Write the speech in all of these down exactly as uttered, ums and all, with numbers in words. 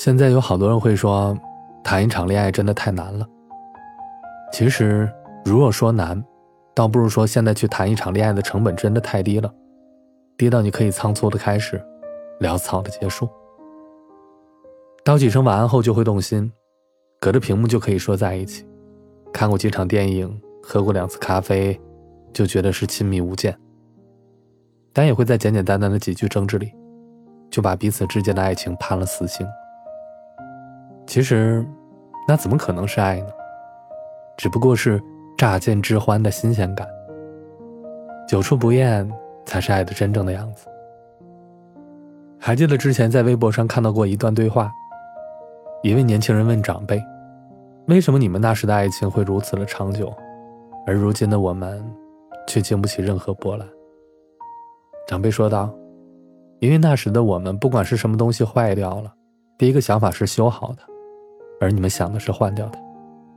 现在有好多人会说，谈一场恋爱真的太难了。其实，如果说难，倒不如说现在去谈一场恋爱的成本真的太低了，低到你可以仓促的开始，潦草的结束。道几声晚安后就会动心，隔着屏幕就可以说在一起，看过几场电影，喝过两次咖啡，就觉得是亲密无间。但也会在简简单单的几句争执里，就把彼此之间的爱情判了死刑。其实，那怎么可能是爱呢？只不过是乍见之欢的新鲜感，久处不厌才是爱的真正的样子。还记得之前在微博上看到过一段对话，一位年轻人问长辈，为什么你们那时的爱情会如此的长久，而如今的我们却经不起任何波澜？长辈说道，因为那时的我们不管是什么东西坏掉了，第一个想法是修好它，而你们想的是换掉它。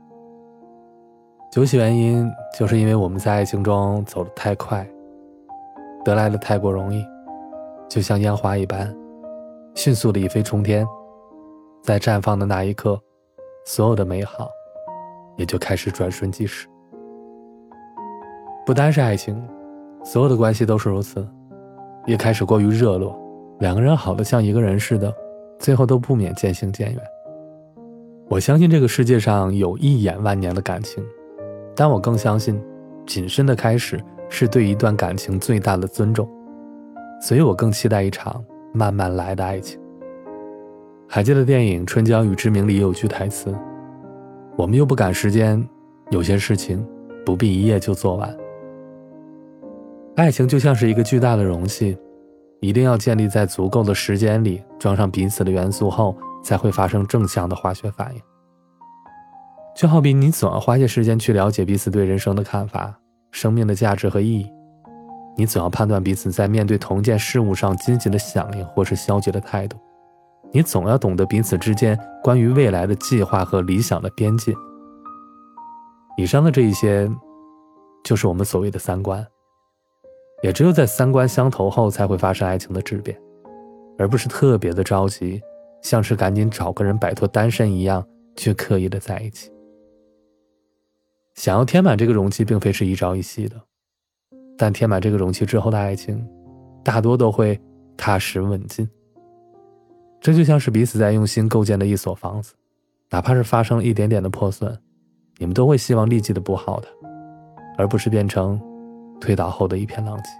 究其原因，就是因为我们在爱情中走得太快，得来的太过容易，就像烟花一般，迅速的一飞冲天，在绽放的那一刻，所有的美好也就开始转瞬即逝。不单是爱情，所有的关系都是如此，一开始过于热络，两个人好的像一个人似的，最后都不免渐行渐远。我相信这个世界上有一眼万年的感情，但我更相信谨慎的开始是对一段感情最大的尊重，所以我更期待一场慢慢来的爱情。还记得电影《春娇与志明》里有句台词，我们又不赶时间，有些事情不必一夜就做完。爱情就像是一个巨大的容器，一定要建立在足够的时间里，装上彼此的元素后，才会发生正向的化学反应。就好比你总要花些时间去了解彼此对人生的看法、生命的价值和意义，你总要判断彼此在面对同件事物上积极的响应或是消极的态度，你总要懂得彼此之间关于未来的计划和理想的边界。以上的这一些，就是我们所谓的三观。也只有在三观相投后，才会发生爱情的质变，而不是特别的着急，像是赶紧找个人摆脱单身一样，去刻意的在一起。想要填满这个容器，并非是一朝一夕的，但填满这个容器之后的爱情，大多都会踏实稳进。这就像是彼此在用心构建的一所房子，哪怕是发生了一点点的破损，你们都会希望立即的补好它，而不是变成推倒后的一片狼藉。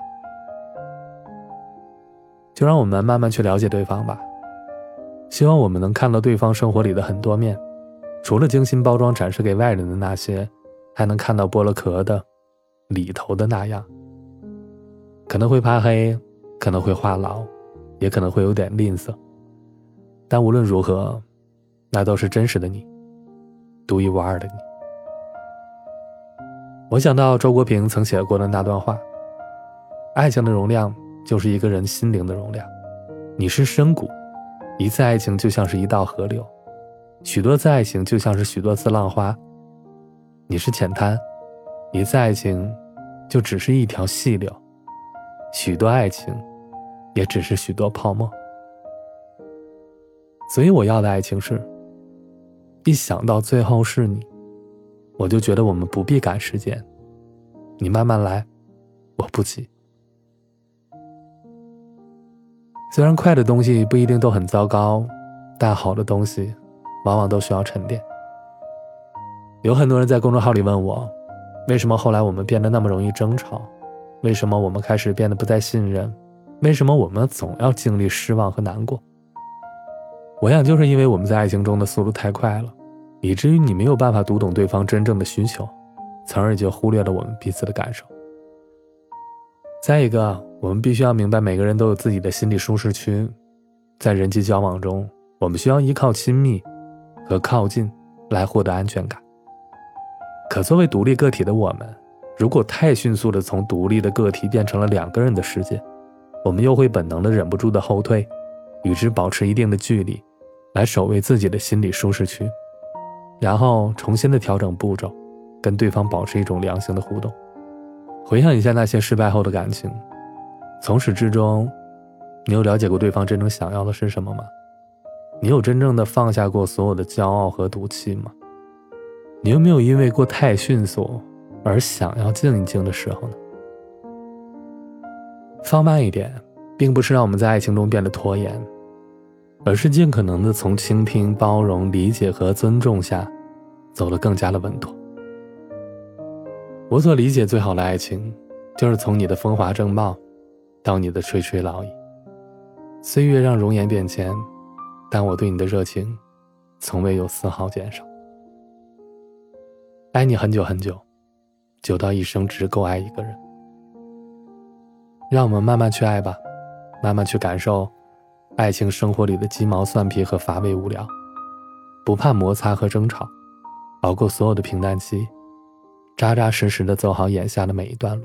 就让我们慢慢去了解对方吧，希望我们能看到对方生活里的很多面，除了精心包装展示给外人的那些，还能看到剥了壳的里头的那样。可能会怕黑，可能会话痨，也可能会有点吝啬，但无论如何，那都是真实的你，独一无二的你。我想到周国平曾写过的那段话，爱情的容量就是一个人心灵的容量。你是深谷，一次爱情就像是一道河流，许多次爱情就像是许多次浪花。你是浅滩，一次爱情就只是一条细流，许多爱情也只是许多泡沫。所以我要的爱情是，一想到最后是你，我就觉得我们不必赶时间，你慢慢来，我不急。虽然快的东西不一定都很糟糕，但好的东西往往都需要沉淀。有很多人在公众号里问我，为什么后来我们变得那么容易争吵？为什么我们开始变得不再信任？为什么我们总要经历失望和难过？我想就是因为我们在爱情中的速度太快了，以至于你没有办法读懂对方真正的需求，从而就忽略了我们彼此的感受。再一个，我们必须要明白每个人都有自己的心理舒适区，在人际交往中，我们需要依靠亲密和靠近来获得安全感。可作为独立个体的我们，如果太迅速地从独立的个体变成了两个人的世界，我们又会本能地忍不住地后退，与之保持一定的距离，来守卫自己的心理舒适区，然后重新的调整步骤，跟对方保持一种良性的互动。回想一下那些失败后的感情，从始至终，你有了解过对方真正想要的是什么吗？ 你有真正的放下过所有的骄傲和赌气吗？你有没有因为过太迅速而想要静一静的时候呢？放慢一点，并不是让我们在爱情中变得拖延，而是尽可能的从倾听、包容、理解和尊重下走得更加的稳妥。我所理解最好的爱情，就是从你的风华正茂到你的垂垂老矣。岁月让容颜变迁，但我对你的热情从未有丝毫减少。爱你很久很久，久到一生只够爱一个人。让我们慢慢去爱吧，慢慢去感受爱情生活里的鸡毛蒜皮和乏味无聊，不怕摩擦和争吵，熬过所有的平淡期，扎扎实实地走好眼下的每一段路。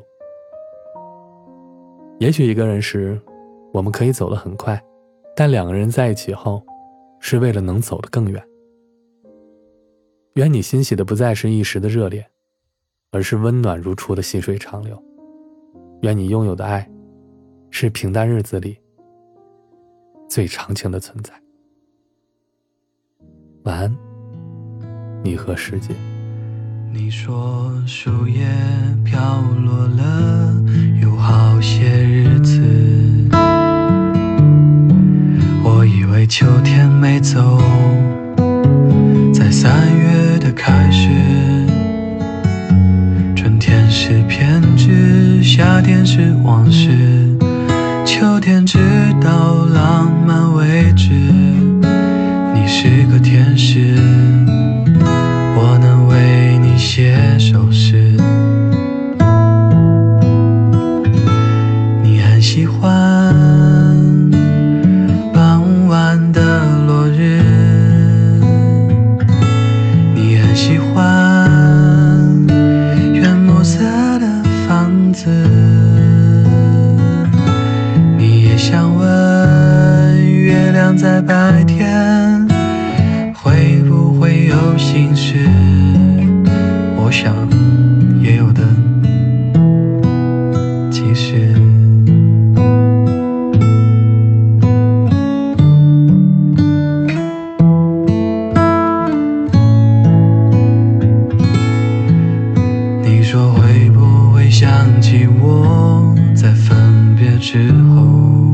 也许一个人时我们可以走得很快，但两个人在一起后，是为了能走得更远。愿你欣喜的不再是一时的热烈，而是温暖如初的细水长流。愿你拥有的爱，是平淡日子里最长情的存在。晚安，你和世界。 你说树叶飘落了有好些日子，我以为秋天没走，在三月的开始，春天是偏执，夏天是往事，秋天直到浪漫为止。你是个天使，我能为你写首诗。你很喜欢傍晚的落日，你很喜欢原木色的房子，你也想问月亮在白天会不会有心事，我想也有的，其实你说会不会想起我在分别之后，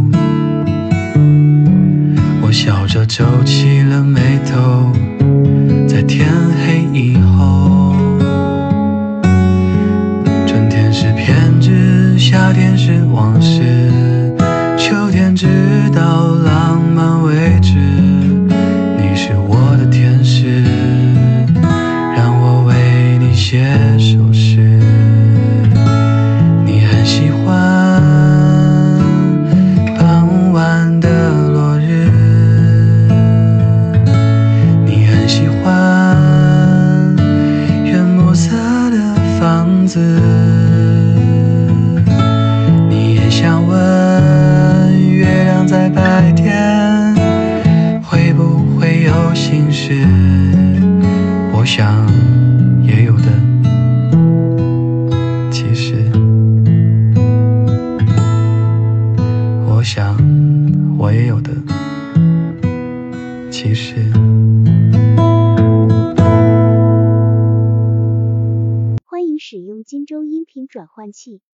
我笑着皱起了眉头，在天黑以后，春天是偏执，夏天是往事，秋天直到浪漫为止。你是我的天使，让我为你写首诗。你很喜欢傍晚的落日，你很喜欢原木色的房子，你也想问月亮在白天会不会有心事，我想也有的，其实我想我也有的，其实欢迎使用荆州音频转换器。